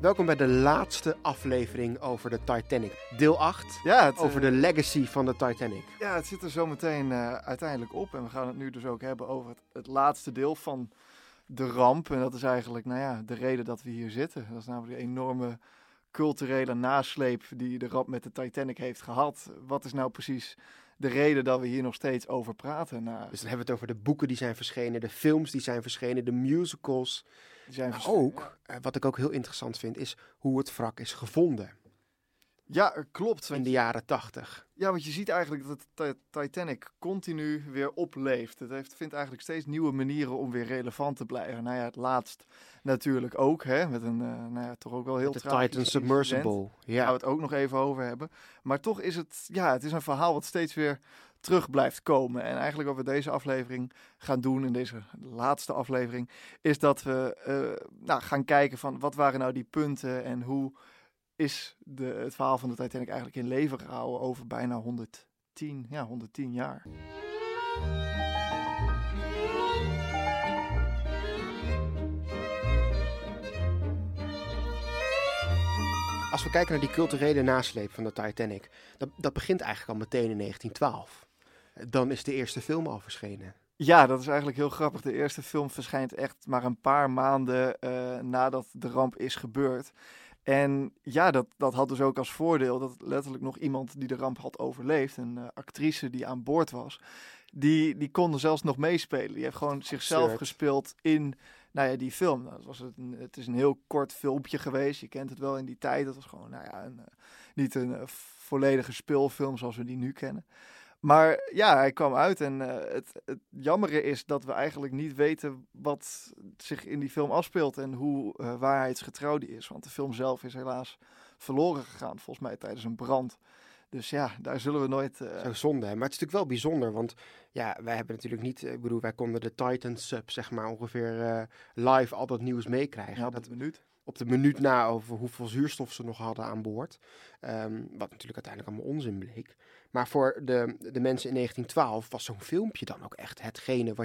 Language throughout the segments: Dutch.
Welkom bij de laatste aflevering over de Titanic. Deel 8, over de legacy van de Titanic. Ja, het zit er zo meteen uiteindelijk op. En we gaan het nu dus ook hebben over het laatste deel van de ramp. En dat is eigenlijk de reden dat we hier zitten. Dat is namelijk de enorme culturele nasleep die de ramp met de Titanic heeft gehad. Wat is nou precies de reden dat we hier nog steeds over praten? Dus dan hebben we het over de boeken die zijn verschenen, de films die zijn verschenen, de musicals. Maar ook, wat ik ook heel interessant vind, is hoe het wrak is gevonden. Ja, klopt. In de jaren 80. Ja, want je ziet eigenlijk dat de Titanic continu weer opleeft. Het vindt eigenlijk steeds nieuwe manieren om weer relevant te blijven. Het laatst natuurlijk ook, hè, met een toch ook wel heel tragisch de Titan Submersible. Ja. Daar gaan we het ook nog even over hebben. Maar toch is het is een verhaal wat steeds weer terug blijft komen. En eigenlijk wat we deze aflevering gaan doen, in deze laatste aflevering, is dat we gaan kijken van wat waren nou die punten en hoe is het verhaal van de Titanic eigenlijk in leven gehouden over bijna 110 jaar. Als we kijken naar die culturele nasleep van de Titanic, dat begint eigenlijk al meteen in 1912. Dan is de eerste film al verschenen. Ja, dat is eigenlijk heel grappig. De eerste film verschijnt echt maar een paar maanden nadat de ramp is gebeurd. En ja, dat had dus ook als voordeel dat letterlijk nog iemand die de ramp had overleefd, een actrice die aan boord was, die kon er zelfs nog meespelen. Die heeft gewoon zichzelf gespeeld in die film. Het is een heel kort filmpje geweest. Je kent het wel in die tijd. Dat was gewoon niet een volledige speelfilm zoals we die nu kennen. Maar ja, hij kwam uit en het jammere is dat we eigenlijk niet weten wat zich in die film afspeelt en hoe waarheidsgetrouw die is. Want de film zelf is helaas verloren gegaan, volgens mij tijdens een brand. Dus ja, daar zullen we nooit... Zo zonde, hè? Maar het is natuurlijk wel bijzonder, want ja, wij hebben natuurlijk niet... wij konden de Titan Sub, zeg maar, ongeveer live al dat nieuws meekrijgen. Ja, op de minuut na over hoeveel zuurstof ze nog hadden aan boord. Wat natuurlijk uiteindelijk allemaal onzin bleek. Maar voor de mensen in 1912 was zo'n filmpje dan ook echt hetgene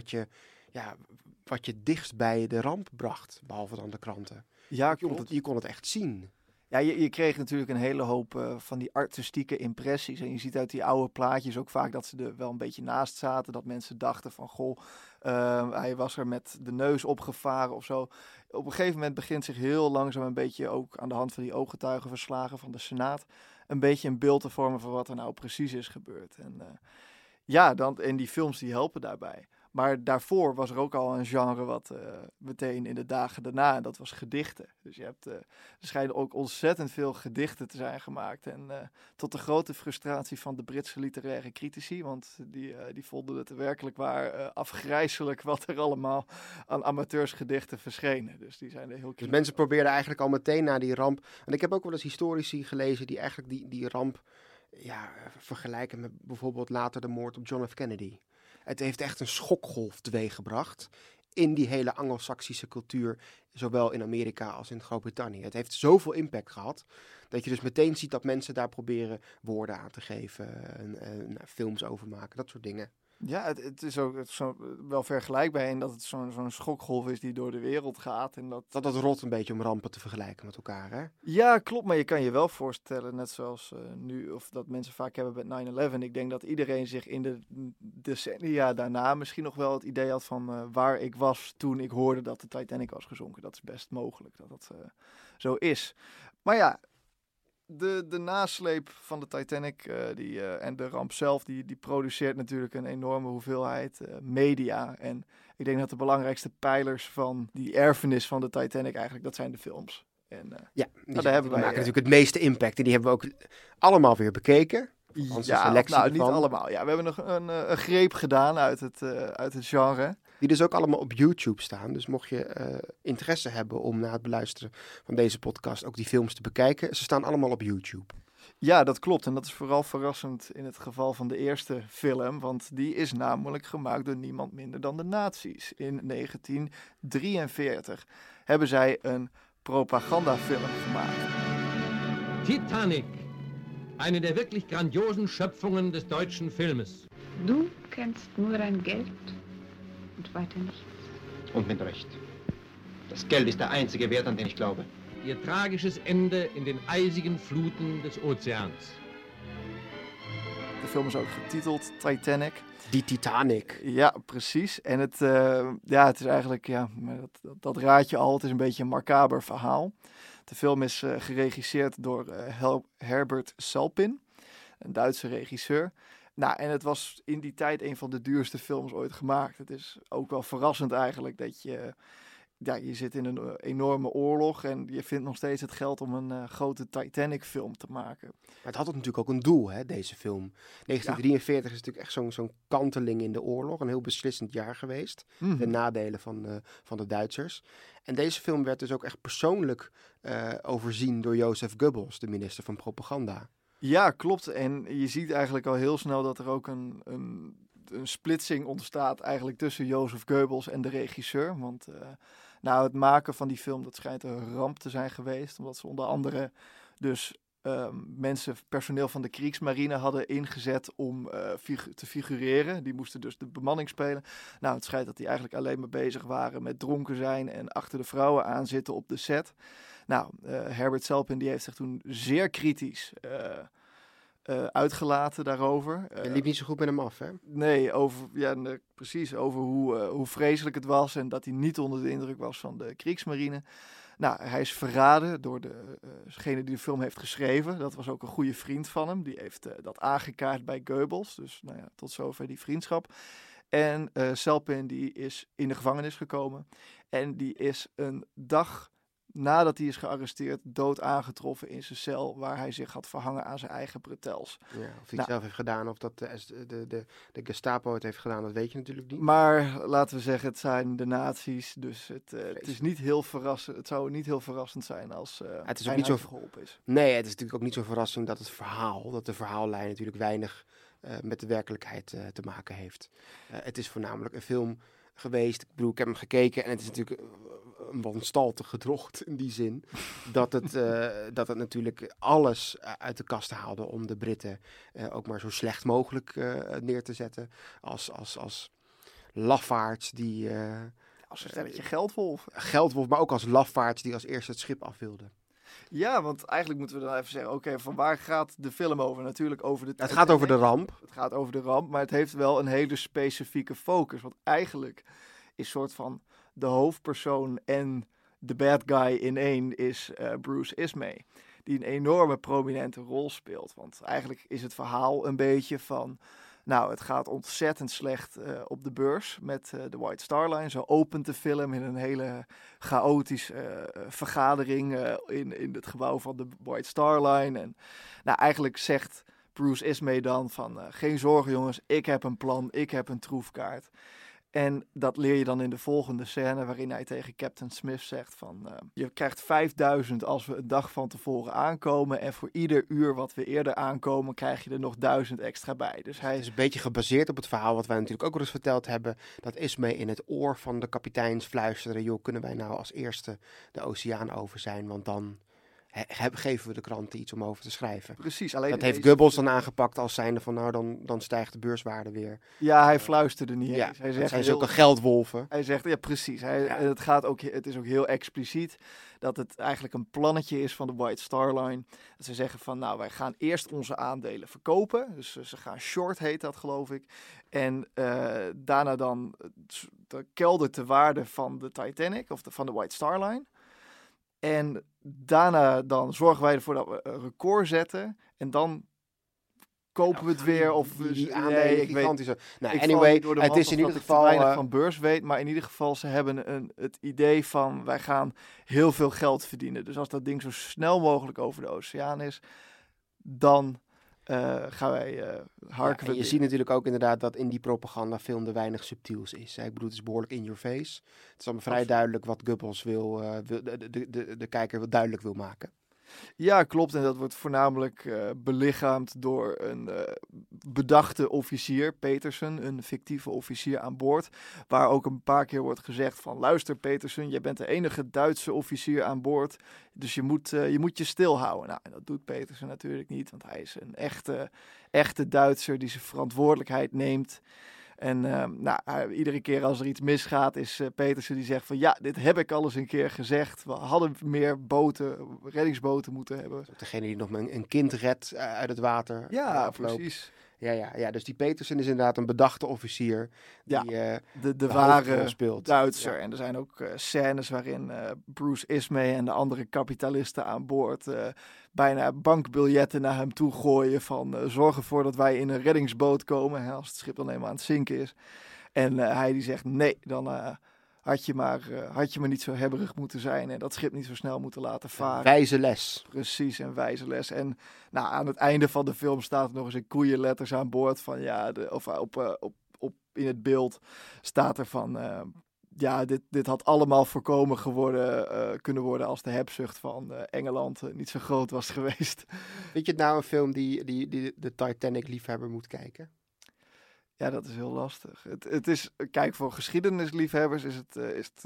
wat je dichtst bij de ramp bracht. Behalve dan de kranten. Ja, je kon het echt zien. Ja, je kreeg natuurlijk een hele hoop van die artistieke impressies. En je ziet uit die oude plaatjes ook vaak dat ze er wel een beetje naast zaten. Dat mensen dachten van, hij was er met de neus opgevaren of zo. Op een gegeven moment begint zich heel langzaam een beetje ook aan de hand van die ooggetuigenverslagen van de Senaat een beetje een beeld te vormen van wat er nou precies is gebeurd. En die films die helpen daarbij. Maar daarvoor was er ook al een genre wat meteen in de dagen daarna, en dat was gedichten. Dus er schijnen ook ontzettend veel gedichten te zijn gemaakt. En tot de grote frustratie van de Britse literaire critici, want die vonden het werkelijk waar afgrijselijk wat er allemaal aan amateursgedichten verschenen. Dus die zijn er heel Dus mensen probeerden eigenlijk al meteen na die ramp. En ik heb ook wel eens historici gelezen die eigenlijk die ramp vergelijken met bijvoorbeeld later de moord op John F. Kennedy. Het heeft echt een schokgolf teweeggebracht in die hele Anglo-Saxische cultuur, zowel in Amerika als in Groot-Brittannië. Het heeft zoveel impact gehad, dat je dus meteen ziet dat mensen daar proberen woorden aan te geven, films over maken, dat soort dingen. Ja, het is ook wel vergelijkbaar in dat het zo'n schokgolf is die door de wereld gaat. En dat rot een beetje om rampen te vergelijken met elkaar, hè? Ja, klopt. Maar je kan je wel voorstellen, net zoals nu, of dat mensen vaak hebben met 9/11. Ik denk dat iedereen zich in de decennia daarna misschien nog wel het idee had van waar ik was toen ik hoorde dat de Titanic was gezonken. Dat is best mogelijk dat dat zo is. Maar ja, de nasleep van de Titanic en de ramp zelf, die produceert natuurlijk een enorme hoeveelheid media. En ik denk dat de belangrijkste pijlers van die erfenis van de Titanic eigenlijk, dat zijn de films. En, die maken natuurlijk het meeste impact. En die hebben we ook allemaal weer bekeken. Niet allemaal. Ja, we hebben nog een greep gedaan uit het genre. Die dus ook allemaal op YouTube staan. Dus mocht je interesse hebben om na het beluisteren van deze podcast ook die films te bekijken. Ze staan allemaal op YouTube. Ja, dat klopt. En dat is vooral verrassend in het geval van de eerste film. Want die is namelijk gemaakt door niemand minder dan de nazi's. In 1943 hebben zij een propagandafilm gemaakt. Titanic. Eine der wirklich grandiosen Schöpfungen des deutschen Filmes. Du kennst nur dein Geld und weiter nichts. Und mit Recht. Das Geld ist der einzige Wert, an den ich glaube. ihr tragisches Ende in den eisigen Fluten des Ozeans. De film is ook getiteld Titanic. Die Titanic. Ja, precies. En het is eigenlijk, maar dat raad je al, het is een beetje een macaber verhaal. De film is geregisseerd door Herbert Salpin, een Duitse regisseur. Nou, en het was in die tijd een van de duurste films ooit gemaakt. Het is ook wel verrassend eigenlijk dat je zit in een enorme oorlog en je vindt nog steeds het geld om een grote Titanic-film te maken. Maar het had natuurlijk ook een doel, hè, deze film. 1943 is natuurlijk echt zo'n kanteling in de oorlog. Een heel beslissend jaar geweest. De nadelen van de Duitsers. En deze film werd dus ook echt persoonlijk overzien door Joseph Goebbels, de minister van Propaganda. Ja, klopt. En je ziet eigenlijk al heel snel dat er ook een splitsing ontstaat eigenlijk tussen Joseph Goebbels en de regisseur. Want het maken van die film, dat schijnt een ramp te zijn geweest. Omdat ze onder andere dus personeel van de Kriegsmarine hadden ingezet om te figureren. Die moesten dus de bemanning spelen. Nou, het schijnt dat die eigenlijk alleen maar bezig waren met dronken zijn en achter de vrouwen aanzitten op de set. Nou, Herbert Salpin die heeft zich toen zeer kritisch uitgelaten daarover. Het liep niet zo goed met hem af, hè? Nee, precies. Over hoe vreselijk het was en dat hij niet onder de indruk was van de Kriegsmarine. Nou, hij is verraden door degene die de film heeft geschreven. Dat was ook een goede vriend van hem. Die heeft dat aangekaart bij Goebbels. Dus tot zover die vriendschap. En Salpin die is in de gevangenis gekomen. En die is een dag nadat hij is gearresteerd dood aangetroffen in zijn cel, waar hij zich had verhangen aan zijn eigen bretels. Ja, of hij het zelf heeft gedaan of dat de Gestapo het heeft gedaan, dat weet je natuurlijk niet. Maar laten we zeggen, het zijn de nazi's, dus het is niet heel verrassend. Het zou niet heel verrassend zijn als het is ook niet zo geholpen is. Nee, het is natuurlijk ook niet zo verrassing dat de verhaallijn natuurlijk weinig met de werkelijkheid te maken heeft. Het is voornamelijk een film geweest. Ik bedoel, ik heb hem gekeken en het is natuurlijk een wanstaltig gedrocht in die zin. dat het natuurlijk alles uit de kast haalde om de Britten ook maar zo slecht mogelijk neer te zetten. Als lafaards die... als een stelletje geldwolf. Geldwolf, maar ook als lafaards die als eerste het schip af wilden. Ja, want eigenlijk moeten we dan even zeggen, oké, van waar gaat de film over? Natuurlijk over de... Het gaat over de ramp. Het gaat over de ramp, maar het heeft wel een hele specifieke focus. Want eigenlijk is soort van de hoofdpersoon en de bad guy in één is Bruce Ismay. Die een enorme prominente rol speelt. Want eigenlijk is het verhaal een beetje van... Nou, het gaat ontzettend slecht op de beurs met de White Star Line. Zo opent de film in een hele chaotische vergadering in het gebouw van de White Star Line. En eigenlijk zegt Bruce Ismay dan van... geen zorgen jongens, ik heb een plan, ik heb een troefkaart. En dat leer je dan in de volgende scène waarin hij tegen Captain Smith zegt van... je krijgt 5000 als we een dag van tevoren aankomen. En voor ieder uur wat we eerder aankomen krijg je er nog 1000 extra bij. Dus hij is een beetje gebaseerd op het verhaal wat wij natuurlijk ook al eens verteld hebben. Dat Ismay in het oor van de kapiteins fluisteren. Joh, kunnen wij nou als eerste de oceaan over zijn? Want dan... geven we de kranten iets om over te schrijven. Precies. Alleen dat heeft Goebbels dan aangepakt als zijnde van dan stijgt de beurswaarde weer. Ja, hij fluisterde niet eens. Hij zegt zijn zulke geldwolven. Hij zegt, ja precies. Het is ook heel expliciet dat het eigenlijk een plannetje is van de White Star Line. Dat ze zeggen van, wij gaan eerst onze aandelen verkopen. Dus ze gaan short, heet dat geloof ik. En daarna dan keldert de waarde van de Titanic of van de White Star Line. En daarna dan zorgen wij ervoor dat we een record zetten. En dan kopen we het weer. Of die aandelen gigantische. Anyway, het is in ieder geval weinig van beurs weet. Maar in ieder geval, ze hebben het idee van... wij gaan heel veel geld verdienen. Dus als dat ding zo snel mogelijk over de oceaan is... dan gaan wij harken. Je ziet natuurlijk ook inderdaad dat in die propagandafilm er weinig subtiels is. Ik bedoel, het is behoorlijk in your face. Het is allemaal vrij duidelijk wat Goebbels de kijker duidelijk wil maken. Ja, klopt. En dat wordt voornamelijk belichaamd door een bedachte officier, Petersen, een fictieve officier aan boord. Waar ook een paar keer wordt gezegd van, luister Petersen, jij bent de enige Duitse officier aan boord. Dus je moet je stilhouden. Nou, en dat doet Petersen natuurlijk niet, want hij is een echte Duitser die zijn verantwoordelijkheid neemt. En iedere keer als er iets misgaat is Petersen die zegt van ja, dit heb ik al eens een keer gezegd. We hadden meer reddingsboten moeten hebben. Degene die nog een kind redt uit het water. Ja, precies. Ja, dus die Petersen is inderdaad een bedachte officier die de ware speelt. Duitser. Ja. En er zijn ook scènes waarin Bruce Ismay en de andere kapitalisten aan boord bijna bankbiljetten naar hem toe gooien van zorg ervoor dat wij in een reddingsboot komen, hè, als het schip dan eenmaal aan het zinken is. En hij die zegt nee, dan had je maar niet zo hebberig moeten zijn en dat schip niet zo snel moeten laten varen. Wijze les. Precies, een wijze les. En aan het einde van de film staat er nog eens in koeienletters aan boord van in het beeld staat er van dit had allemaal voorkomen kunnen worden als de hebzucht van Engeland niet zo groot was geweest. Vind je het nou een film die de Titanic-liefhebber moet kijken? Ja, dat is heel lastig. Het is, kijk, voor geschiedenisliefhebbers is het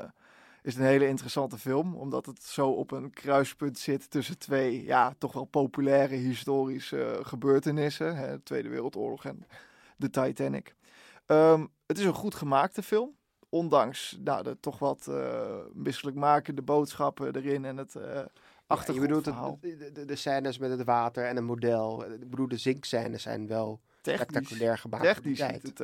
een hele interessante film. Omdat het zo op een kruispunt zit tussen twee, toch wel populaire historische gebeurtenissen. Hè, de Tweede Wereldoorlog en de Titanic. Het is een goed gemaakte film. Ondanks de toch wat misselijkmakende boodschappen erin en het achtergrondverhaal. Je bedoelt de scènes met het water en een model. Ik bedoel, de zinkscènes zijn wel spectaculair gemaakt. Technisch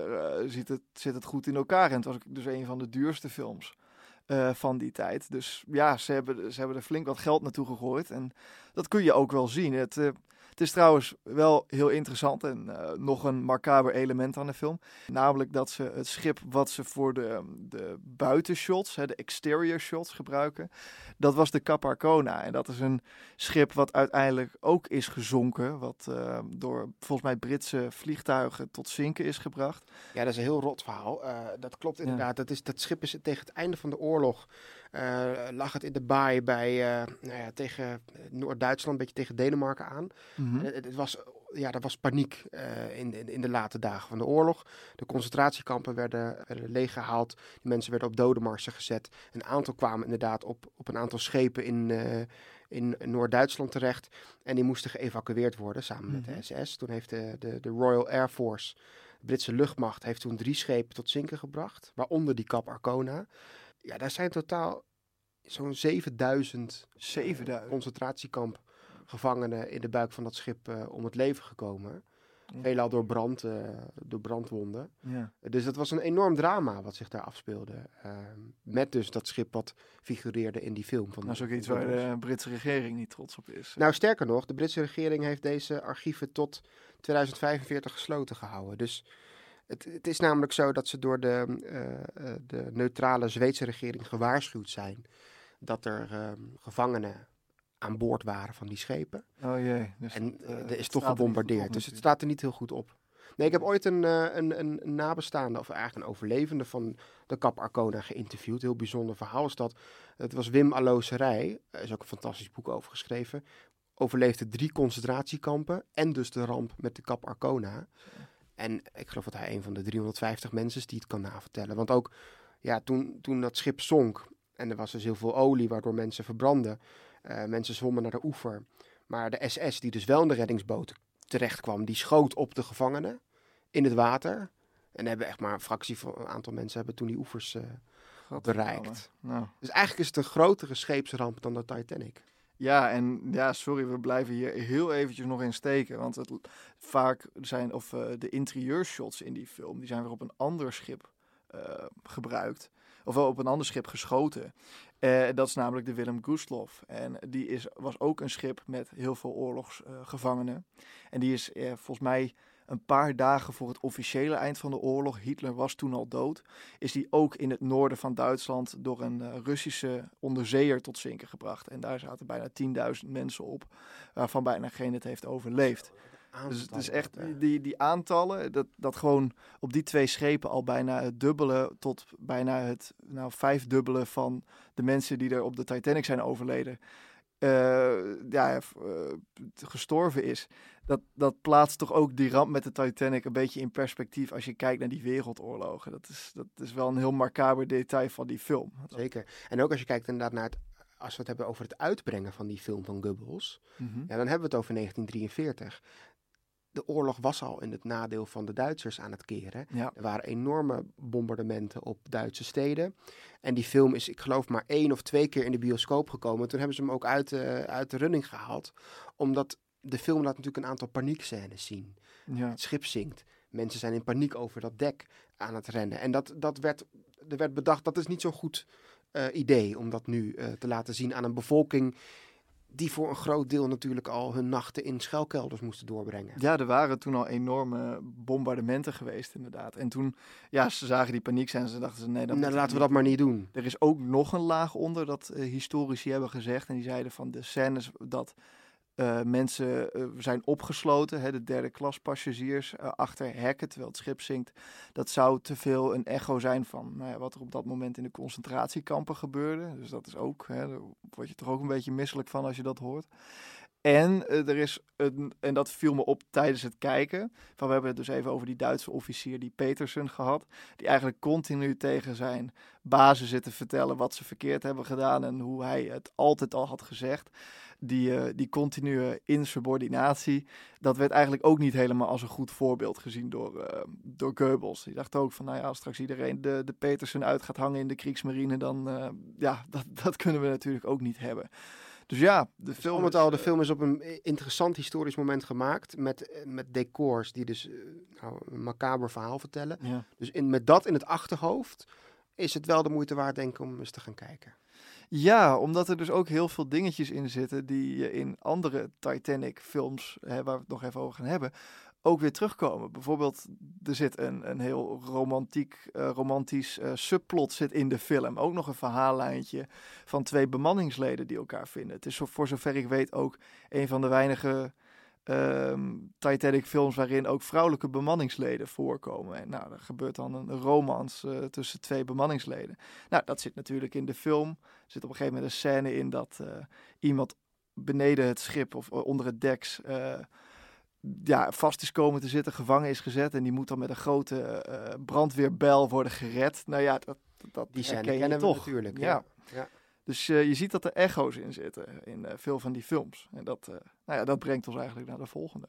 zit het goed in elkaar. En het was dus een van de duurste films van die tijd. Dus ja, ze hebben er flink wat geld naartoe gegooid. En dat kun je ook wel zien. Het is trouwens wel heel interessant en nog een macaber element aan de film. Namelijk dat ze het schip wat ze voor de buitenshots, de exterior shots gebruiken, dat was de Cap Arcona. En dat is een schip wat uiteindelijk ook is gezonken, wat door volgens mij Britse vliegtuigen tot zinken is gebracht. Ja, dat is een heel rot verhaal. Dat klopt inderdaad. Ja. Dat schip is tegen het einde van de oorlog lag het in de baai bij tegen Noord-Duitsland, een beetje tegen Denemarken aan. Mm-hmm. Er was paniek in de late dagen van de oorlog. De concentratiekampen werden leeggehaald. Die mensen werden op dodenmarsen gezet. Een aantal kwamen inderdaad op een aantal schepen in Noord-Duitsland terecht. En die moesten geëvacueerd worden samen met de SS. Toen heeft de Royal Air Force, de Britse luchtmacht, heeft toen 3 schepen tot zinken gebracht. Waaronder die Cap Arcona. Ja, daar zijn totaal zo'n 7000 concentratiekamp gevangenen in de buik van dat schip om het leven gekomen. Veelal door brandwonden. Ja. Dus dat was een enorm drama wat zich daar afspeelde. Met dus dat schip wat figureerde in die film. Dat is ook iets waar de Britse regering niet trots op is. Nou, sterker nog, de Britse regering heeft deze archieven tot 2045 gesloten gehouden. Dus het is namelijk zo dat ze door de neutrale Zweedse regering gewaarschuwd zijn dat er gevangenen aan boord waren van die schepen. Oh jee. Dus en er is toch gebombardeerd. Dus het staat er niet heel goed op. Nee, ik heb ooit een nabestaande, of eigenlijk een overlevende van de Cap Arcona geïnterviewd. Heel bijzonder verhaal is dat. Het was Wim Alloserij. Er is ook een fantastisch boek over geschreven. Overleefde 3 concentratiekampen en dus de ramp met de Cap Arcona. En ik geloof dat hij een van de 350 mensen is die het kan navertellen. Want ook toen dat schip zonk en er was dus heel veel olie waardoor mensen verbrandden. Mensen zwommen naar de oever. Maar de SS, die dus wel in de reddingsboot terecht kwam, die schoot op de gevangenen in het water. En hebben echt maar een fractie van een aantal mensen hebben toen die oevers bereikt. Nou. Dus eigenlijk is het een grotere scheepsramp dan de Titanic. Ja, en sorry, we blijven hier heel eventjes nog in steken. Want vaak zijn, de interieurshots in die film, die zijn weer op een ander schip gebruikt. Of wel op een ander schip geschoten. Dat is namelijk de Willem Gustloff. En die was ook een schip met heel veel oorlogsgevangenen. En die is volgens mij een paar dagen voor het officiële eind van de oorlog, Hitler was toen al dood, is die ook in het noorden van Duitsland door een Russische onderzeeër tot zinken gebracht. En daar zaten bijna 10.000 mensen op, waarvan bijna geen het heeft overleefd. Dus het is echt die aantallen, dat gewoon op die 2 schepen al bijna het dubbele tot bijna het 5-dubbele van de mensen die er op de Titanic zijn overleden, gestorven is. Dat plaatst toch ook die ramp met de Titanic een beetje in perspectief als je kijkt naar die wereldoorlogen. Dat is wel een heel macaber detail van die film. Zeker. En ook als je kijkt inderdaad naar als we het hebben over het uitbrengen van die film van Goebbels, dan hebben we het over 1943. de oorlog was al in het nadeel van de Duitsers aan het keren. Ja. Er waren enorme bombardementen op Duitse steden. En die film is, ik geloof, maar 1 of 2 keer in de bioscoop gekomen. Toen hebben ze hem ook uit de running gehaald. Omdat de film laat natuurlijk een aantal paniekscènes zien. Ja. Het schip zinkt. Mensen zijn in paniek over dat dek aan het rennen. En er werd bedacht, dat is niet zo'n goed idee om dat nu te laten zien aan een bevolking die voor een groot deel natuurlijk al hun nachten in schuilkelders moesten doorbrengen. Ja, er waren toen al enorme bombardementen geweest inderdaad. En toen, ze zagen die paniek zijn en ze dachten, nee, Laten we dat maar niet doen. Er is ook nog een laag onder dat historici hebben gezegd. En die zeiden van de scènes dat mensen zijn opgesloten, de derde klas passagiers, achter hekken terwijl het schip zinkt. Dat zou te veel een echo zijn van wat er op dat moment in de concentratiekampen gebeurde. Dus dat is ook, daar word je toch ook een beetje misselijk van als je dat hoort. En er is en dat viel me op tijdens het kijken. We hebben het dus even over die Duitse officier, die Petersen, gehad. Die eigenlijk continu tegen zijn bazen zit te vertellen wat ze verkeerd hebben gedaan en hoe hij het altijd al had gezegd. Die continue insubordinatie, dat werd eigenlijk ook niet helemaal als een goed voorbeeld gezien door Goebbels. Die dacht ook van, als straks iedereen de Petersen uit gaat hangen in de Kriegsmarine, dan dat kunnen we natuurlijk ook niet hebben. Dus ja, de film is op een interessant historisch moment gemaakt met decors die dus een macaber verhaal vertellen. Ja. Dus met dat in het achterhoofd is het wel de moeite waard, denk ik, om eens te gaan kijken. Ja, omdat er dus ook heel veel dingetjes in zitten die je in andere Titanic-films, waar we het nog even over gaan hebben, ook weer terugkomen. Bijvoorbeeld, er zit een heel romantisch subplot zit in de film. Ook nog een verhaallijntje van 2 bemanningsleden die elkaar vinden. Het is voor zover ik weet ook een van de weinige Titanic-films waarin ook vrouwelijke bemanningsleden voorkomen. En er gebeurt dan een romance tussen 2 bemanningsleden. Dat zit natuurlijk in de film. Er zit op een gegeven moment een scène in dat iemand beneden het schip of onder het deks vast is komen te zitten, gevangen is gezet en die moet dan met een grote brandweerbel worden gered. Dat die scène herken je kennen we toch natuurlijk. Ja. Ja. Dus je ziet dat er echo's in zitten in veel van die films. En dat brengt ons eigenlijk naar de volgende.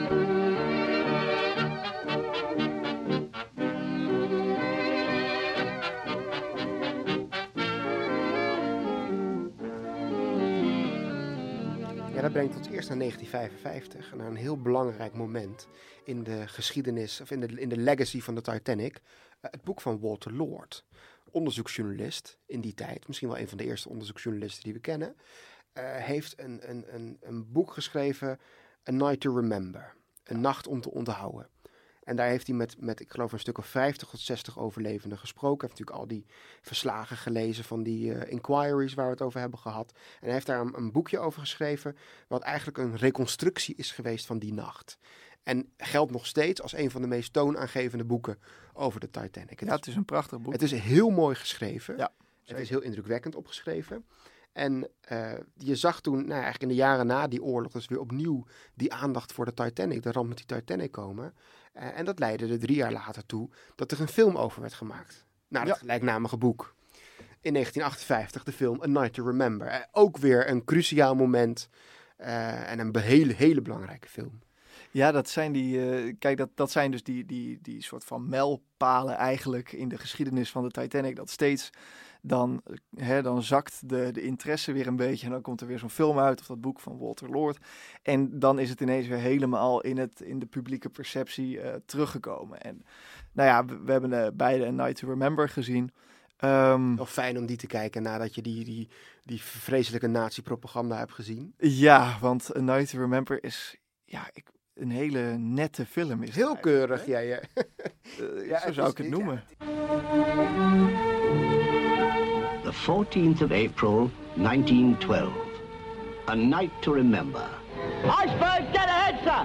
Ja, dat brengt ons eerst naar 1955, naar een heel belangrijk moment in de geschiedenis, of in de legacy van de Titanic. Het boek van Walter Lord, onderzoeksjournalist in die tijd, misschien wel een van de eerste onderzoeksjournalisten die we kennen, heeft een boek geschreven, A Night to Remember, een nacht om te onthouden. En daar heeft hij met ik geloof een stuk of 50 tot 60 overlevenden gesproken. Hij heeft natuurlijk al die verslagen gelezen van die inquiries waar we het over hebben gehad. En hij heeft daar een boekje over geschreven, wat eigenlijk een reconstructie is geweest van die nacht. En geldt nog steeds als een van de meest toonaangevende boeken over de Titanic. Het is een prachtig boek. Het is heel mooi geschreven. Ja, het is heel indrukwekkend opgeschreven. En je zag toen, eigenlijk in de jaren na die oorlog, dus weer opnieuw die aandacht voor de Titanic, de ramp met die Titanic komen. En dat leidde er 3 jaar later toe dat er een film over werd gemaakt. Het gelijknamige boek. In 1958 de film A Night to Remember. Ook weer een cruciaal moment en een hele belangrijke film. Ja, dat zijn dat zijn dus die soort van mijlpalen eigenlijk in de geschiedenis van de Titanic. Dat steeds dan zakt de interesse weer een beetje en dan komt er weer zo'n film uit of dat boek van Walter Lord. En dan is het ineens weer helemaal in de publieke perceptie teruggekomen. En we hebben beide A Night to Remember gezien. Wel fijn om die te kijken nadat je die vreselijke nazi-propaganda hebt gezien. Ja, want A Night to Remember is een hele nette film. Is heel keurig, ja. Zo zou ik het noemen. The 14th of April, 1912. A night to remember. Iceberg, dead ahead, sir!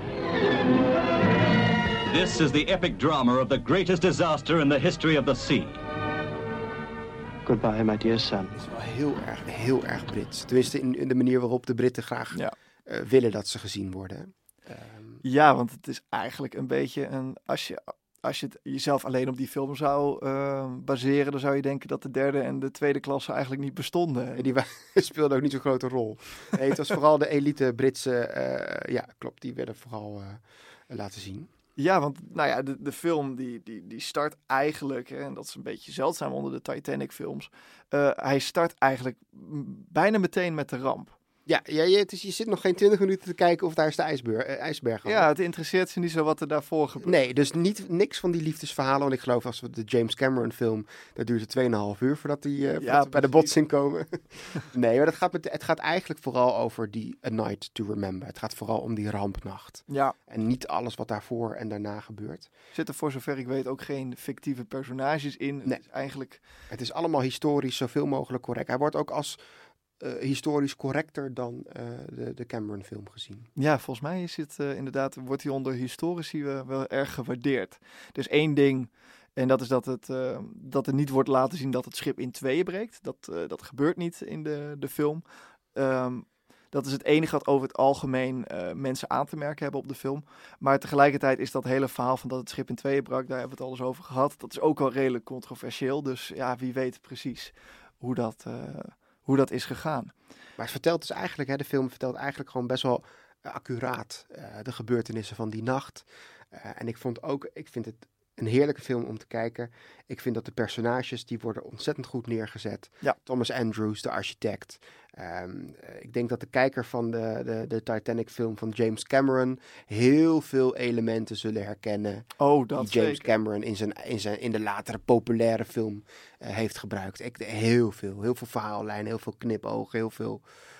This is the epic drama of the greatest disaster in the history of the sea. Goodbye, my dear son. Het is wel heel erg Brits. Tenminste, in de manier waarop de Britten graag willen dat ze gezien worden. Ja, want het is eigenlijk een beetje als je het jezelf alleen op die film zou baseren, dan zou je denken dat de derde en de tweede klasse eigenlijk niet bestonden. En die speelden ook niet zo'n grote rol. Nee, het was vooral de elite Britse, klopt, die werden vooral laten zien. Ja, want nou ja, de film die start eigenlijk, hè, en dat is een beetje zeldzaam onder de Titanic films, hij start eigenlijk bijna meteen met de ramp. Ja, je zit nog geen 20 minuten te kijken of daar is de ijsberg. Ja, het interesseert ze niet zo wat er daarvoor gebeurt. Nee, dus niks van die liefdesverhalen. Want ik geloof als we de James Cameron film, dat duurt het 2,5 uur voordat die bij de botsing komen. Nee, maar het gaat eigenlijk vooral over die A Night to Remember. Het gaat vooral om die rampnacht. Ja. En niet alles wat daarvoor en daarna gebeurt. Zitten voor zover ik weet ook geen fictieve personages in. Nee. Het is allemaal historisch zoveel mogelijk correct. Hij wordt ook als historisch correcter dan de Cameron film gezien. Ja, volgens mij is het inderdaad, wordt hij onder historici wel erg gewaardeerd. Er is één ding, en dat is dat er niet wordt laten zien dat het schip in tweeën breekt. Dat gebeurt niet in de film. Dat is het enige wat over het algemeen mensen aan te merken hebben op de film. Maar tegelijkertijd is dat hele verhaal van dat het schip in tweeën brak, daar hebben we het alles over gehad. Dat is ook al redelijk controversieel. Dus ja, wie weet precies hoe dat is gegaan. Maar het vertelt dus eigenlijk, de film vertelt eigenlijk gewoon best wel accuraat de gebeurtenissen van die nacht. En ik vind het een heerlijke film om te kijken. Ik vind dat de personages, die worden ontzettend goed neergezet. Ja. Thomas Andrews, de architect. Ik denk dat de kijker van de Titanic film van James Cameron heel veel elementen zullen herkennen. Oh, dat die James zeker. Cameron in de latere populaire film heeft gebruikt. Heel veel verhaallijnen, heel veel knipogen, heel veel...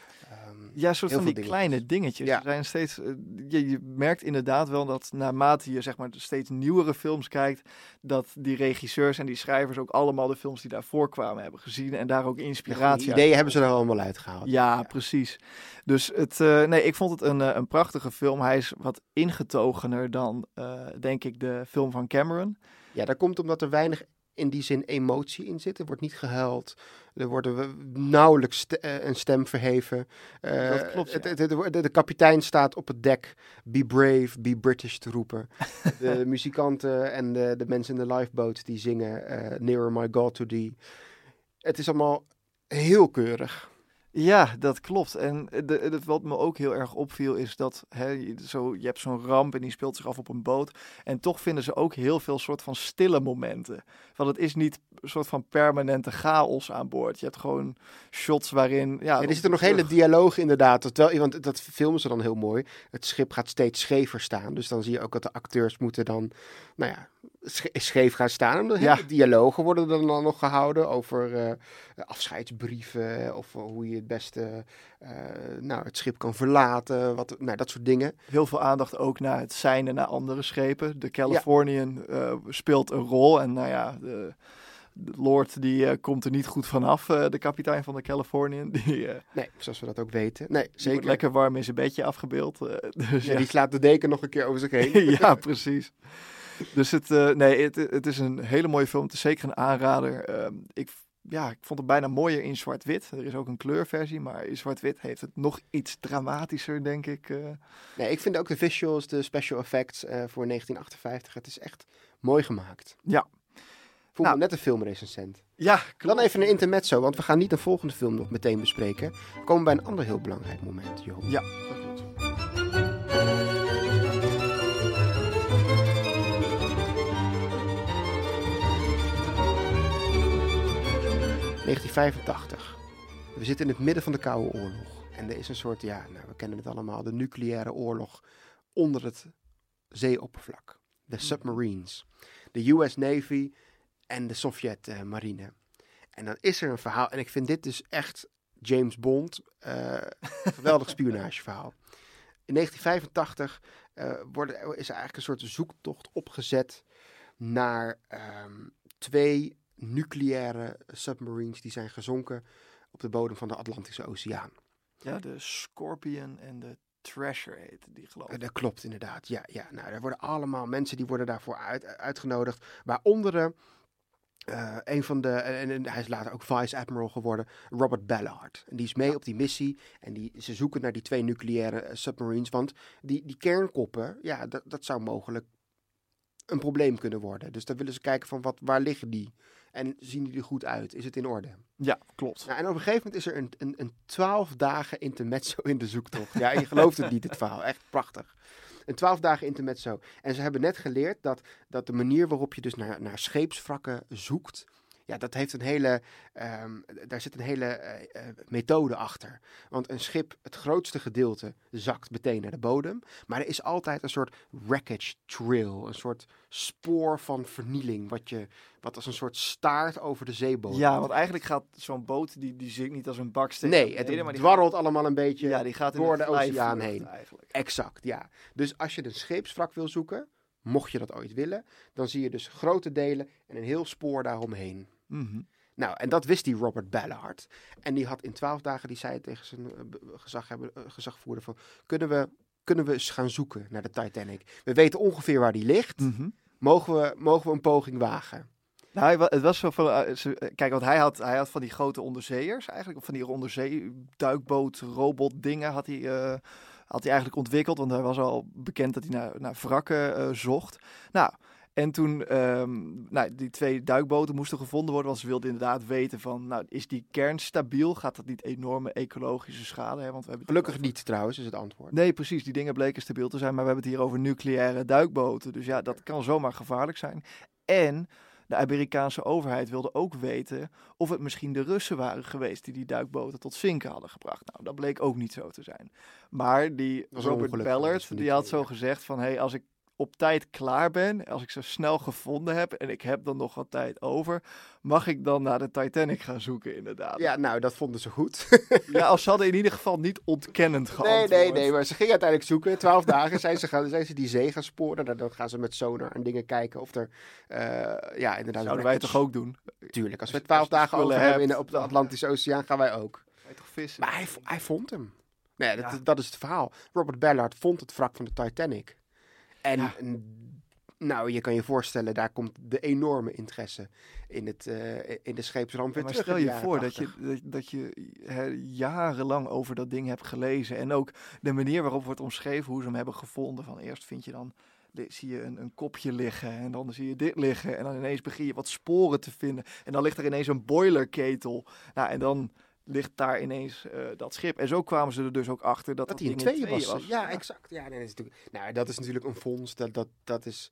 Ja, soort heel van die veel kleine dingetjes. Ja. Er zijn steeds, je merkt inderdaad wel dat naarmate je zeg maar steeds nieuwere films kijkt, dat die regisseurs en die schrijvers ook allemaal de films die daarvoor kwamen hebben gezien en daar ook inspiratie uit. Ideeën hebben ze er allemaal uitgehaald. Ja, precies. Dus ik vond het een prachtige film. Hij is wat ingetogener dan, denk ik, de film van Cameron. Ja, dat komt omdat er weinig in die zin emotie in zit. Er wordt niet gehuild. Er wordt nauwelijks een stem verheven. Dat klopt, ja. De kapitein staat op het dek. Be brave, be British te roepen. De muzikanten en de mensen in de lifeboat die zingen Nearer My God to Thee. Het is allemaal heel keurig. Ja, dat klopt. En wat me ook heel erg opviel is dat je hebt zo'n ramp en die speelt zich af op een boot. En toch vinden ze ook heel veel soort van stille momenten. Want het is niet een soort van permanente chaos aan boord. Je hebt gewoon shots waarin... Ja, er zitten nog hele dialogen inderdaad. Want dat filmen ze dan heel mooi. Het schip gaat steeds schever staan. Dus dan zie je ook dat de acteurs moeten dan... scheef gaan staan. De dialogen worden er dan nog gehouden over afscheidsbrieven of hoe je het beste het schip kan verlaten. Dat soort dingen. Heel veel aandacht ook naar het seinen naar andere schepen. De Californian speelt een rol en de Lord die komt er niet goed vanaf. De kapitein van de Californian. Nee, zoals we dat ook weten. Nee, zeker. Wordt lekker warm in zijn bedje afgebeeld. Die slaat de deken nog een keer over zich heen. Ja, precies. Dus het is een hele mooie film. Het is zeker een aanrader. Ik vond het bijna mooier in zwart-wit. Er is ook een kleurversie, maar in zwart-wit heeft het nog iets dramatischer, denk ik. Nee, ik vind ook de visuals, de special effects voor 1958. Het is echt mooi gemaakt. Ja. Voel me net een filmrecensent. Ja, klopt. Dan even een intermezzo, want we gaan niet de volgende film nog meteen bespreken. We komen bij een ander heel belangrijk moment, Johan. Ja, dat klopt. 1985. We zitten in het midden van de Koude Oorlog. En er is een soort, we kennen het allemaal, de nucleaire oorlog onder het zeeoppervlak. De submarines. De US Navy en de Sovjet marine. En dan is er een verhaal, en ik vind dit dus echt James Bond, geweldig spionageverhaal. In 1985 is er eigenlijk een soort zoektocht opgezet naar 2 nucleaire submarines die zijn gezonken op de bodem van de Atlantische Oceaan. Ja, de Scorpion en de Treasure heet die, geloof ik. Dat klopt inderdaad, ja. Nou, er worden allemaal mensen die worden daarvoor uitgenodigd. Waaronder een van en hij is later ook vice admiral geworden, Robert Ballard. En die is mee op die missie en ze zoeken naar die 2 nucleaire submarines, want die kernkoppen, dat zou mogelijk een probleem kunnen worden. Dus dan willen ze kijken van waar liggen die? En zien die er goed uit? Is het in orde? Ja, klopt. Nou, en op een gegeven moment is er een 12 dagen intermezzo in de zoektocht. Ja, en je gelooft het niet, dit verhaal. Echt prachtig. Een 12 dagen intermezzo. En ze hebben net geleerd dat de manier waarop je dus naar scheepswrakken zoekt... Ja, dat heeft daar zit een hele methode achter. Want een schip, het grootste gedeelte, zakt meteen naar de bodem. Maar er is altijd een soort wreckage trail. Een soort spoor van vernieling. Wat als een soort staart over de zeebodem. Ja, want eigenlijk gaat zo'n boot, die zinkt niet als een baksteen. Nee, het dwarrelt allemaal een beetje die gaat door de oceaan heen. Eigenlijk. Exact, ja. Dus als je een scheepswrak wil zoeken, mocht je dat ooit willen, dan zie je dus grote delen en een heel spoor daaromheen. Mm-hmm. Nou, en dat wist die Robert Ballard. En die had in 12 dagen, die zei tegen zijn gezagvoerder van, kunnen we eens gaan zoeken naar de Titanic? We weten ongeveer waar die ligt. Mm-hmm. Mogen we een poging wagen? Nou, het was zo van, kijk, want hij had van die grote onderzeeërs eigenlijk, of van die onderzeeduikboot, robot dingen had hij eigenlijk ontwikkeld, want hij was al bekend dat hij naar wrakken zocht. Nou, en toen, die 2 duikboten moesten gevonden worden, want ze wilden inderdaad weten van, nou, is die kern stabiel? Gaat dat niet enorme ecologische schade hebben? Want we hebben Gelukkig niet trouwens, is het antwoord. Nee, precies, die dingen bleken stabiel te zijn, maar we hebben het hier over nucleaire duikboten. Dus ja, dat kan zomaar gevaarlijk zijn. En de Amerikaanse overheid wilde ook weten of het misschien de Russen waren geweest die duikboten tot zinken hadden gebracht. Nou, dat bleek ook niet zo te zijn. Maar die Robert Ballard, die had zo gezegd van, hey, als ik op tijd klaar ben, als ik ze snel gevonden heb en ik heb dan nog wat tijd over, mag ik dan naar de Titanic gaan zoeken inderdaad. Ja, nou, dat vonden ze goed. Ja, als ze hadden in ieder geval niet ontkennend geantwoord. Nee, maar ze gingen uiteindelijk zoeken. 12 dagen zijn ze die zee gaan sporen. Dan gaan ze met sonar en dingen kijken of er, inderdaad... Zouden wij het toch ook doen? Tuurlijk, als we 12 dagen over hebben op de Atlantische Oceaan, gaan wij ook. Ga je toch vissen? Maar hij vond hem. Nee, dat is het verhaal. Robert Ballard vond het wrak van de Titanic. En nou, je kan je voorstellen, daar komt de enorme interesse in de scheepsramp weer maar terug. Stel je voor dat je jarenlang over dat ding hebt gelezen. En ook de manier waarop wordt omschreven hoe ze hem hebben gevonden. Van eerst zie je een kopje liggen en dan zie je dit liggen. En dan ineens begin je wat sporen te vinden. En dan ligt er ineens een boilerketel. Nou, en dan ligt daar ineens dat schip. En zo kwamen ze er dus ook achter dat hij in ding tweeën was. Ja, Ja, exact. Ja, dat is natuurlijk een vondst. Dat is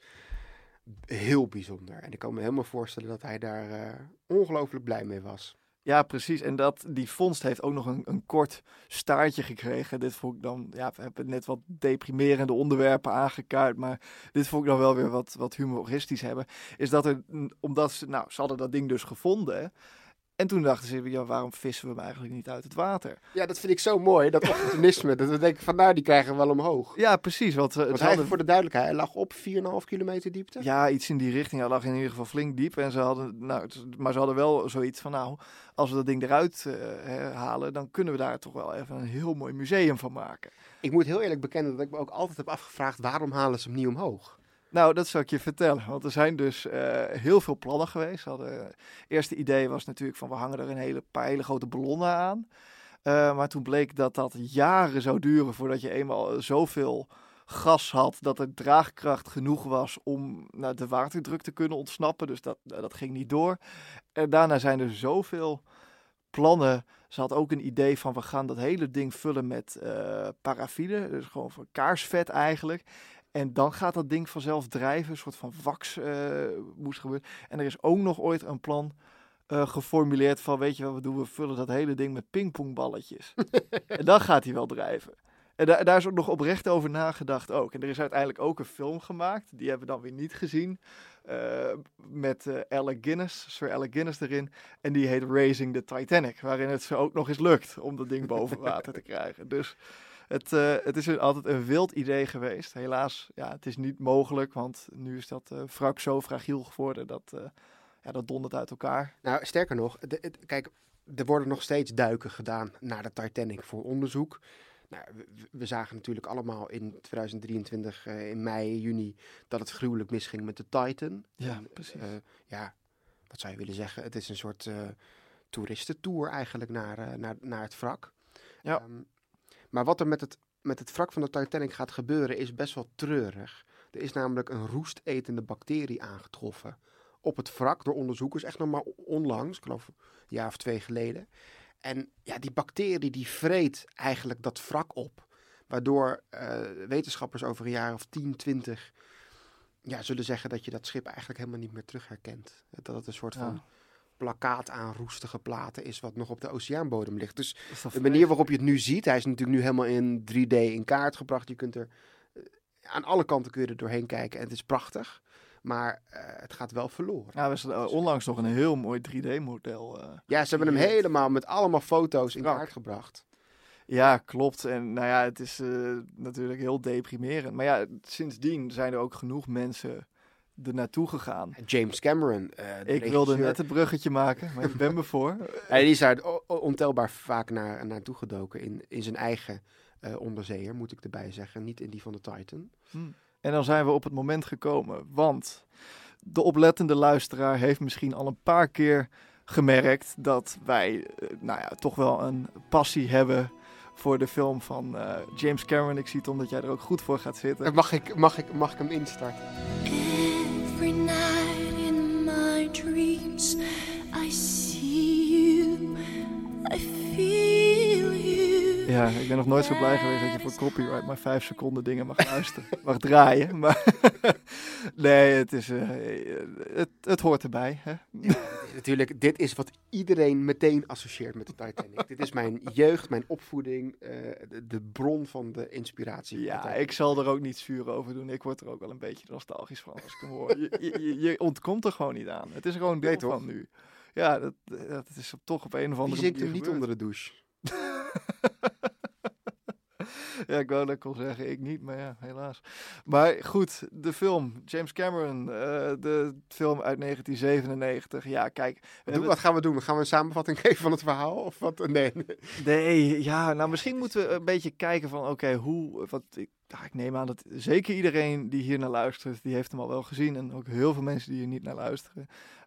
heel bijzonder. En ik kan me helemaal voorstellen dat hij daar ongelooflijk blij mee was. Ja, precies. En die vondst heeft ook nog een kort staartje gekregen. Dit vond ik dan, we hebben net wat deprimerende onderwerpen aangekaart, maar dit vond ik dan wel weer wat humoristisch hebben. Is dat omdat ze hadden dat ding dus gevonden. En toen dachten ze, ja, waarom vissen we hem eigenlijk niet uit het water? Ja, dat vind ik zo mooi, dat opportunisme. Dat we denken van, die krijgen we wel omhoog. Ja, precies. Want voor de duidelijkheid, hij lag op 4,5 kilometer diepte? Ja, iets in die richting. Hij lag in ieder geval flink diep. En maar ze hadden wel zoiets van, als we dat ding eruit halen, dan kunnen we daar toch wel even een heel mooi museum van maken. Ik moet heel eerlijk bekennen dat ik me ook altijd heb afgevraagd, waarom halen ze hem niet omhoog? Nou, dat zal ik je vertellen. Want er zijn dus heel veel plannen geweest. Het eerste idee was natuurlijk van, we hangen er een paar hele grote ballonnen aan. Maar toen bleek dat jaren zou duren voordat je eenmaal zoveel gas had dat er draagkracht genoeg was om de waterdruk te kunnen ontsnappen. Dus dat ging niet door. En daarna zijn er zoveel plannen. Ze had ook een idee van, we gaan dat hele ding vullen met paraffine. Dus gewoon van kaarsvet eigenlijk. En dan gaat dat ding vanzelf drijven. Een soort van wax moest gebeuren. En er is ook nog ooit een plan geformuleerd van, weet je wat we doen? We vullen dat hele ding met pingpongballetjes. En dan gaat hij wel drijven. En daar is ook nog oprecht over nagedacht ook. En er is uiteindelijk ook een film gemaakt. Die hebben we dan weer niet gezien. Met Sir Alec Guinness erin. En die heet Raising the Titanic. Waarin het zo ook nog eens lukt om dat ding boven water te krijgen. Dus het is altijd een wild idee geweest. Helaas, het is niet mogelijk. Want nu is dat wrak zo fragiel geworden dat dondert uit elkaar. Nou, sterker nog. Kijk, er worden nog steeds duiken gedaan naar de Titanic voor onderzoek. Nou, we zagen natuurlijk allemaal in 2023, in mei, juni, dat het gruwelijk misging met de Titan. Ja, precies. Wat zou je willen zeggen? Het is een soort toeristentour eigenlijk naar het wrak. Ja. Maar wat er met het wrak van de Titanic gaat gebeuren is best wel treurig. Er is namelijk een roestetende bacterie aangetroffen op het wrak door onderzoekers. Echt nog maar onlangs, ik geloof een jaar of 2 geleden. En die bacterie die vreet eigenlijk dat wrak op. Waardoor wetenschappers over een jaar of 10, 20 zullen zeggen dat je dat schip eigenlijk helemaal niet meer terug herkent. Dat het een soort van plakkaat aan roestige platen is wat nog op de oceaanbodem ligt. Dus de manier waarop je het nu ziet, hij is natuurlijk nu helemaal in 3D in kaart gebracht. Je kunt er aan alle kanten kun je er doorheen kijken en het is prachtig. Maar het gaat wel verloren. Ja, we hebben onlangs nog een heel mooi 3D-model. Ze hebben hem helemaal met allemaal foto's in kaart gebracht. Ja, klopt. En nou ja, het is natuurlijk heel deprimerend. Maar ja, sindsdien zijn er ook genoeg mensen er naartoe gegaan. James Cameron. Ik wilde net het bruggetje maken, maar ik ben me voor. Die is daar ontelbaar vaak naartoe gedoken in zijn eigen onderzeeër, moet ik erbij zeggen. Niet in die van de Titan. En dan zijn we op het moment gekomen, want de oplettende luisteraar heeft misschien al een paar keer gemerkt dat wij toch wel een passie hebben voor de film van James Cameron. Ik zie het omdat jij er ook goed voor gaat zitten. Mag ik hem instarten? Every night in my dreams I see you, I feel you. Ja, ik ben nog nooit zo blij geweest dat je voor copyright maar 5 seconden dingen mag luisteren, mag draaien. Maar nee, het is, het hoort erbij. Hè? Ja, natuurlijk, dit is wat iedereen meteen associeert met de Titanic. Dit is mijn jeugd, mijn opvoeding, de bron van de inspiratie. Ja, ik zal er ook niet zuur over doen. Ik word er ook wel een beetje nostalgisch van als ik hem hoor. Je ontkomt er gewoon niet aan. Het is gewoon deel van nu. Ja, dat is toch op een of andere manier. Die zingt hem niet onder de douche. Ja, ik wou dat ik kon zeggen, ik niet, maar ja, helaas. Maar goed, de film, James Cameron, de film uit 1997. Ja, kijk. Wat gaan we doen? Gaan we een samenvatting geven van het verhaal? Of wat? Nee, ja, nou misschien moeten we een beetje kijken van, ik neem aan dat zeker iedereen die hier naar luistert, die heeft hem al wel gezien. En ook heel veel mensen die hier niet naar luisteren.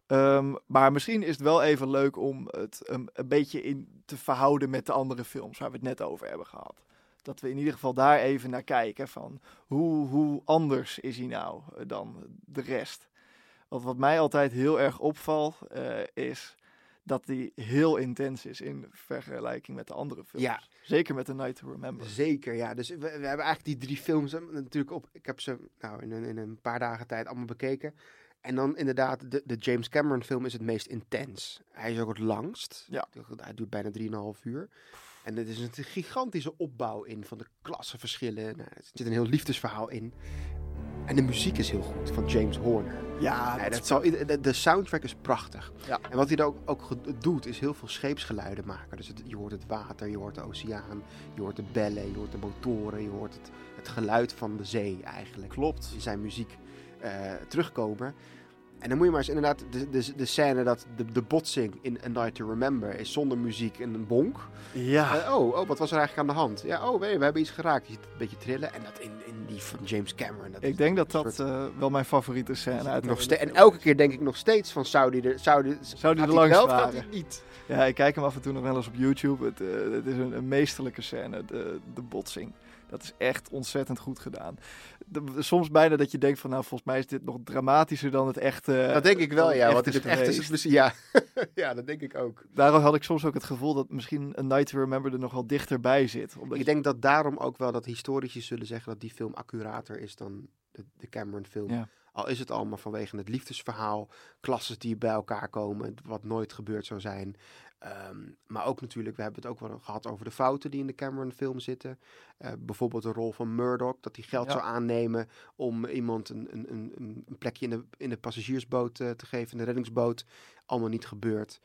Maar misschien is het wel even leuk om het een beetje in te verhouden met de andere films waar we het net over hebben gehad. Dat we in ieder geval daar even naar kijken van hoe anders is hij nou dan de rest. Want wat mij altijd heel erg opvalt is dat hij heel intens is in vergelijking met de andere films. Ja. Zeker met The Night to Remember. Zeker, ja. Dus we hebben eigenlijk die 3 films natuurlijk ik heb ze in een paar dagen tijd allemaal bekeken. En dan inderdaad, de James Cameron film is het meest intens. Hij is ook het langst. Ja. Hij duurt bijna 3,5 uur. En er is een gigantische opbouw in van de klassenverschillen. Er zit een heel liefdesverhaal in. En de muziek is heel goed van James Horner. Ja, de soundtrack is prachtig. Ja. En wat hij er ook doet, is heel veel scheepsgeluiden maken. Dus je hoort het water, je hoort de oceaan, je hoort de bellen, je hoort de motoren, je hoort het geluid van de zee eigenlijk. Klopt. In zijn muziek terugkomen. En dan moet je maar eens inderdaad de scène dat de botsing in A Night to Remember is zonder muziek en een bonk. Ja. Wat was er eigenlijk aan de hand? Ja, we hebben iets geraakt. Je ziet het een beetje trillen. En dat in die van James Cameron. Ik denk dat wel mijn favoriete scène uit. En elke keer denk ik nog steeds van zou die er langs wel, varen? Gaat hij niet? Ja, ik kijk hem af en toe nog wel eens op YouTube. Het is een meesterlijke scène, de botsing. Dat is echt ontzettend goed gedaan. Soms bijna dat je denkt van, volgens mij is dit nog dramatischer dan het echte. Dat denk ik wel, ja. Wat is het geweest. Echt? Ja. Ja, dat denk ik ook. Daarom had ik soms ook het gevoel dat misschien A Night to Remember er nog wel dichterbij zit. Ik denk dat daarom ook wel dat historici zullen zeggen dat die film accurater is dan de Cameron film. Ja. Al is het allemaal vanwege het liefdesverhaal, klassen die bij elkaar komen, wat nooit gebeurd zou zijn. Maar ook natuurlijk, we hebben het ook wel gehad over de fouten die in de Cameron film zitten. Bijvoorbeeld de rol van Murdoch, dat hij geld zou aannemen om iemand een plekje in de passagiersboot te geven, in de reddingsboot. Allemaal niet gebeurd.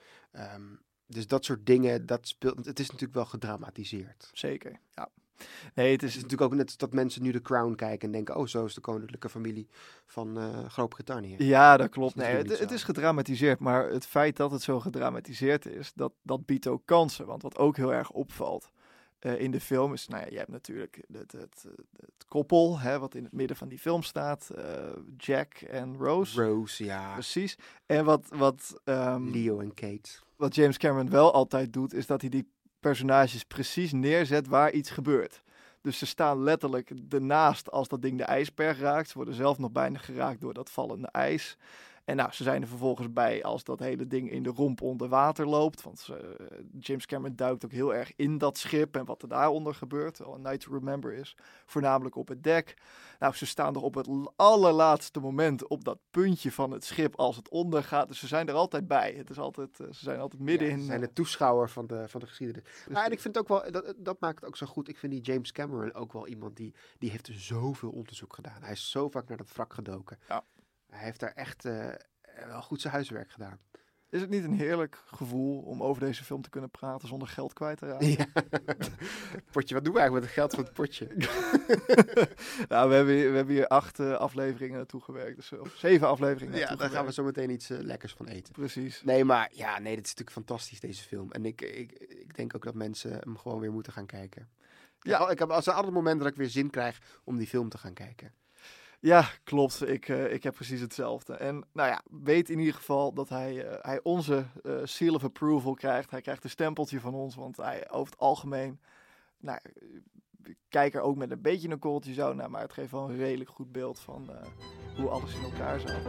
Dus dat soort dingen, het is natuurlijk wel gedramatiseerd. Zeker, ja. Nee, het is natuurlijk ook net dat mensen nu The Crown kijken en denken, zo is de koninklijke familie van Groot-Brittannië. Ja, dat klopt. Nee, het is gedramatiseerd, maar het feit dat het zo gedramatiseerd is, dat biedt ook kansen. Want wat ook heel erg opvalt in de film is, je hebt natuurlijk het koppel, wat in het midden van die film staat, Jack en Rose. Rose, ja. Precies. En wat Leo en Kate. Wat James Cameron wel altijd doet, is dat hij die personages precies neerzet waar iets gebeurt. Dus ze staan letterlijk ernaast als dat ding de ijsberg raakt. Ze worden zelf nog bijna geraakt door dat vallende ijs. En nou, ze zijn er vervolgens bij als dat hele ding in de romp onder water loopt. Want James Cameron duikt ook heel erg in dat schip en wat er daaronder gebeurt. A Night to Remember is, voornamelijk op het dek. Nou, ze staan er op het allerlaatste moment op dat puntje van het schip als het ondergaat. Dus ze zijn er altijd bij. Het is altijd, ze zijn altijd midden in... Ze zijn de toeschouwer van de geschiedenis. Nou, en ik vind het ook wel, dat maakt het ook zo goed. Ik vind die James Cameron ook wel iemand die heeft zoveel onderzoek gedaan. Hij is zo vaak naar dat wrak gedoken. Ja. Hij heeft daar echt wel goed zijn huiswerk gedaan. Is het niet een heerlijk gevoel om over deze film te kunnen praten zonder geld kwijt te raken? Ja. Potje, wat doen we eigenlijk met het geld van het potje? Nou, we hebben hier 8 afleveringen naartoe gewerkt. Dus, of 7 afleveringen naartoe daar gaan we zo meteen iets lekkers van eten. Precies. Nee, maar dit is natuurlijk fantastisch, deze film. En ik denk ook dat mensen hem gewoon weer moeten gaan kijken. Ja, ik heb als een moment dat ik weer zin krijg om die film te gaan kijken. Ja, klopt. Ik heb precies hetzelfde. En nou ja, weet in ieder geval dat hij onze seal of approval krijgt. Hij krijgt een stempeltje van ons, want hij over het algemeen... Nou, ik kijk er ook met een beetje een korreltje zo naar, maar het geeft wel een redelijk goed beeld van hoe alles in elkaar zat.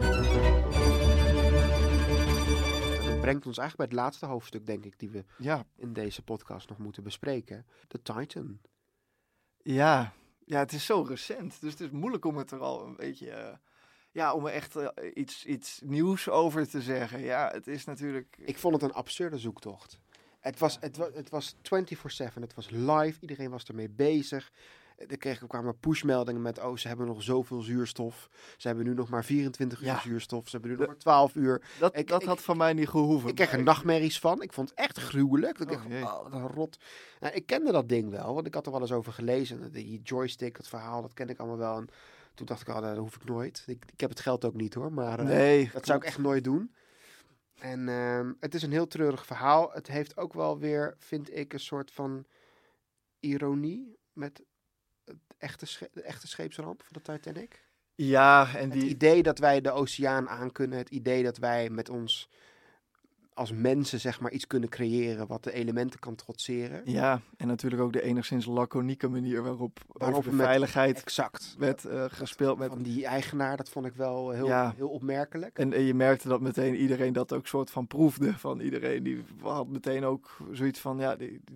Dat brengt ons eigenlijk bij het laatste hoofdstuk, denk ik, die we Ja. in deze podcast nog moeten bespreken. The Titan. Ja, het is zo recent, dus het is moeilijk om het er al een beetje... om er echt iets nieuws over te zeggen. Ja, het is natuurlijk... Ik vond het een absurde zoektocht. Het was 24/7, het was live, iedereen was ermee bezig. Er kwamen pushmeldingen met, ze hebben nog zoveel zuurstof. Ze hebben nu nog maar 24 uur zuurstof. Ze hebben nu nog maar 12 uur. Dat had van mij niet gehoeven. Ik kreeg er nachtmerries van. Ik vond het echt gruwelijk. Ik dacht, wat een rot. Nou, ik kende dat ding wel, want ik had er wel eens over gelezen. Die joystick, dat verhaal, dat ken ik allemaal wel. En toen dacht ik, dat hoef ik nooit. Ik heb het geld ook niet hoor, maar dat zou ik echt nooit doen. En het is een heel treurig verhaal. Het heeft ook wel weer, vind ik, een soort van ironie met de echte scheepsramp van de Titanic. Ja, en het idee dat wij de oceaan aan kunnen, het idee dat wij met ons als mensen zeg maar iets kunnen creëren wat de elementen kan trotseren. Ja, en natuurlijk ook de enigszins laconieke manier waarop de veiligheid werd gespeeld. Van die eigenaar, dat vond ik wel heel opmerkelijk. En je merkte dat meteen iedereen dat ook soort van proefde. Van iedereen die had meteen ook zoiets van,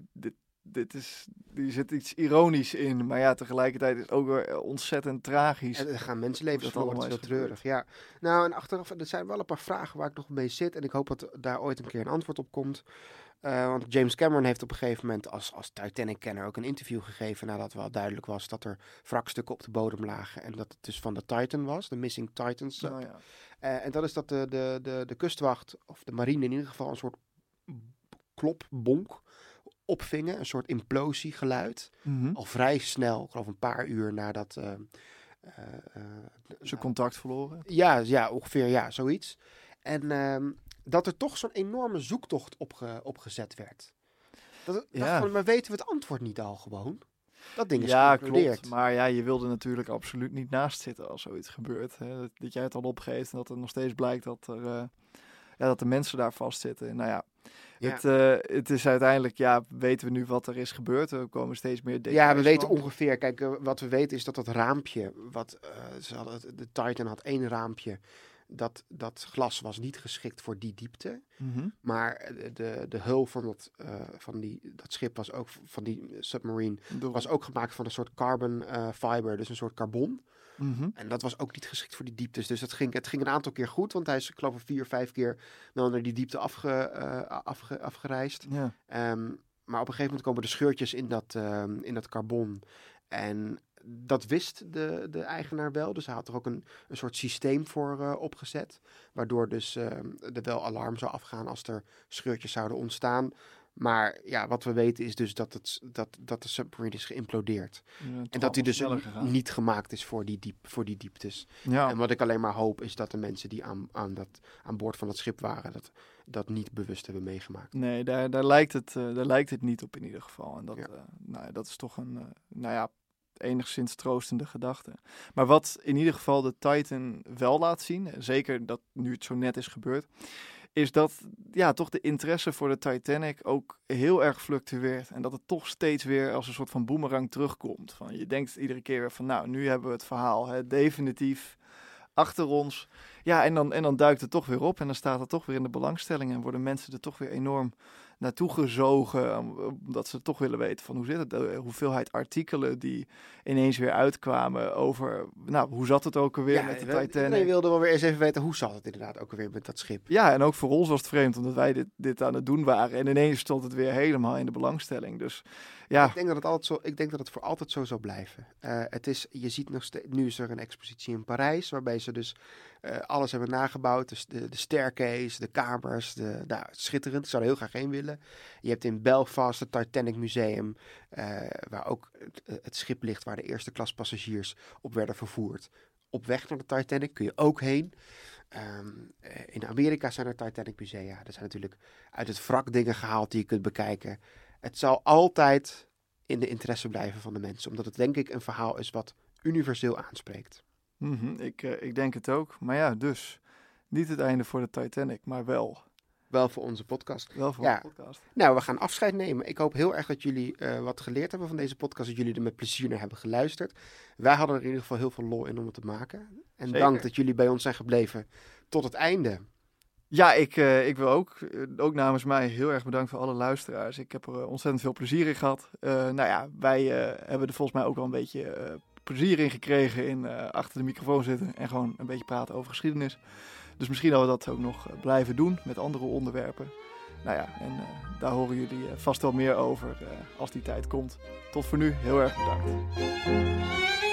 die zit iets ironisch in. Maar ja, tegelijkertijd is het ook weer ontzettend tragisch. En er gaan mensenlevens verloren, dat is heel treurig. Ja. Nou, en achteraf, er zijn wel een paar vragen waar ik nog mee zit. En ik hoop dat daar ooit een keer een antwoord op komt. Want James Cameron heeft op een gegeven moment als Titanic-kenner ook een interview gegeven nadat wel duidelijk was dat er wrakstukken op de bodem lagen. En dat het dus van de Titan was, de Missing Titans. En dat is dat de kustwacht, of de marine in ieder geval, een soort klopbonk opvingen, een soort implosiegeluid. Al vrij snel, ik geloof een paar uur nadat ze contact verloren. Ja, ongeveer, zoiets. En dat er toch zo'n enorme zoektocht opgezet werd. Maar weten we het antwoord niet al gewoon? Dat ding is geïmplodeerd. Klopt. Maar je wilde natuurlijk absoluut niet naast zitten als zoiets gebeurt. Hè? Dat jij het al opgeeft en dat er nog steeds blijkt dat de mensen daar vastzitten. Nou ja. Het is uiteindelijk, weten we nu wat er is gebeurd. Er komen steeds meer details. Ja, we weten ongeveer. Kijk, wat we weten is dat raampje, de Titan had 1 raampje. Dat glas was niet geschikt voor die diepte. Mm-hmm. Maar de hull van dat schip was ook, van die submarine, was ook gemaakt van een soort carbon fiber, dus een soort carbon. Mm-hmm. En dat was ook niet geschikt voor die dieptes. Dus het ging een aantal keer goed, want hij is, ik geloof, 4-5 keer wel naar die diepte afgereisd. Ja. Maar op een gegeven moment komen de scheurtjes in dat carbon. En dat wist de eigenaar wel. Dus hij had er ook een soort systeem voor opgezet. Waardoor dus er wel alarm zou afgaan als er scheurtjes zouden ontstaan. Maar wat we weten is dus dat de submarine is geïmplodeerd. En dat hij dus niet gemaakt is voor die dieptes. Ja. En wat ik alleen maar hoop is dat de mensen die aan boord van dat schip waren, dat niet bewust hebben meegemaakt. Nee, daar lijkt het niet op in ieder geval. En dat is toch een enigszins troostende gedachte. Maar wat in ieder geval de Titan wel laat zien, zeker dat nu het zo net is gebeurd, is dat toch de interesse voor de Titanic ook heel erg fluctueert. En dat het toch steeds weer als een soort van boemerang terugkomt. Je denkt iedere keer weer van, nu hebben we het verhaal definitief achter ons. Ja, en dan duikt het toch weer op en dan staat het toch weer in de belangstelling en worden mensen er toch weer enorm naartoe gezogen, omdat ze toch willen weten van hoe zit het, de hoeveelheid artikelen die ineens weer uitkwamen over, hoe zat het ook alweer met de Titanic. Iedereen wilde wel weer eens even weten hoe zat het inderdaad ook alweer met dat schip. Ja, en ook voor ons was het vreemd, omdat wij dit aan het doen waren en ineens stond het weer helemaal in de belangstelling. Dus ja. Ik denk dat het voor altijd zo zal blijven. Je ziet nog steeds, nu is er een expositie in Parijs, waarbij ze dus alles hebben nagebouwd. Dus de staircase, de kamers, schitterend. Ik zou er heel graag heen willen. Je hebt in Belfast het Titanic Museum, waar ook het schip ligt waar de eerste klas passagiers op werden vervoerd. Op weg naar de Titanic kun je ook heen. In Amerika zijn er Titanic musea. Er zijn natuurlijk uit het wrak dingen gehaald die je kunt bekijken. Het zal altijd in de interesse blijven van de mensen. Omdat het denk ik een verhaal is wat universeel aanspreekt. Ik denk het ook. Maar ja, dus niet het einde voor de Titanic, maar wel. Wel voor onze podcast. Onze podcast. Nou, we gaan afscheid nemen. Ik hoop heel erg dat jullie wat geleerd hebben van deze podcast. Dat jullie er met plezier naar hebben geluisterd. Wij hadden er in ieder geval heel veel lol in om het te maken. En Zeker. Dank dat jullie bij ons zijn gebleven tot het einde. Ja, ik wil ook namens mij heel erg bedankt voor alle luisteraars. Ik heb er ontzettend veel plezier in gehad. Wij hebben er volgens mij ook wel een beetje plezier in gekregen in achter de microfoon zitten en gewoon een beetje praten over geschiedenis. Dus misschien dat we dat ook nog blijven doen met andere onderwerpen. Daar horen jullie vast wel meer over als die tijd komt. Tot voor nu, heel erg bedankt.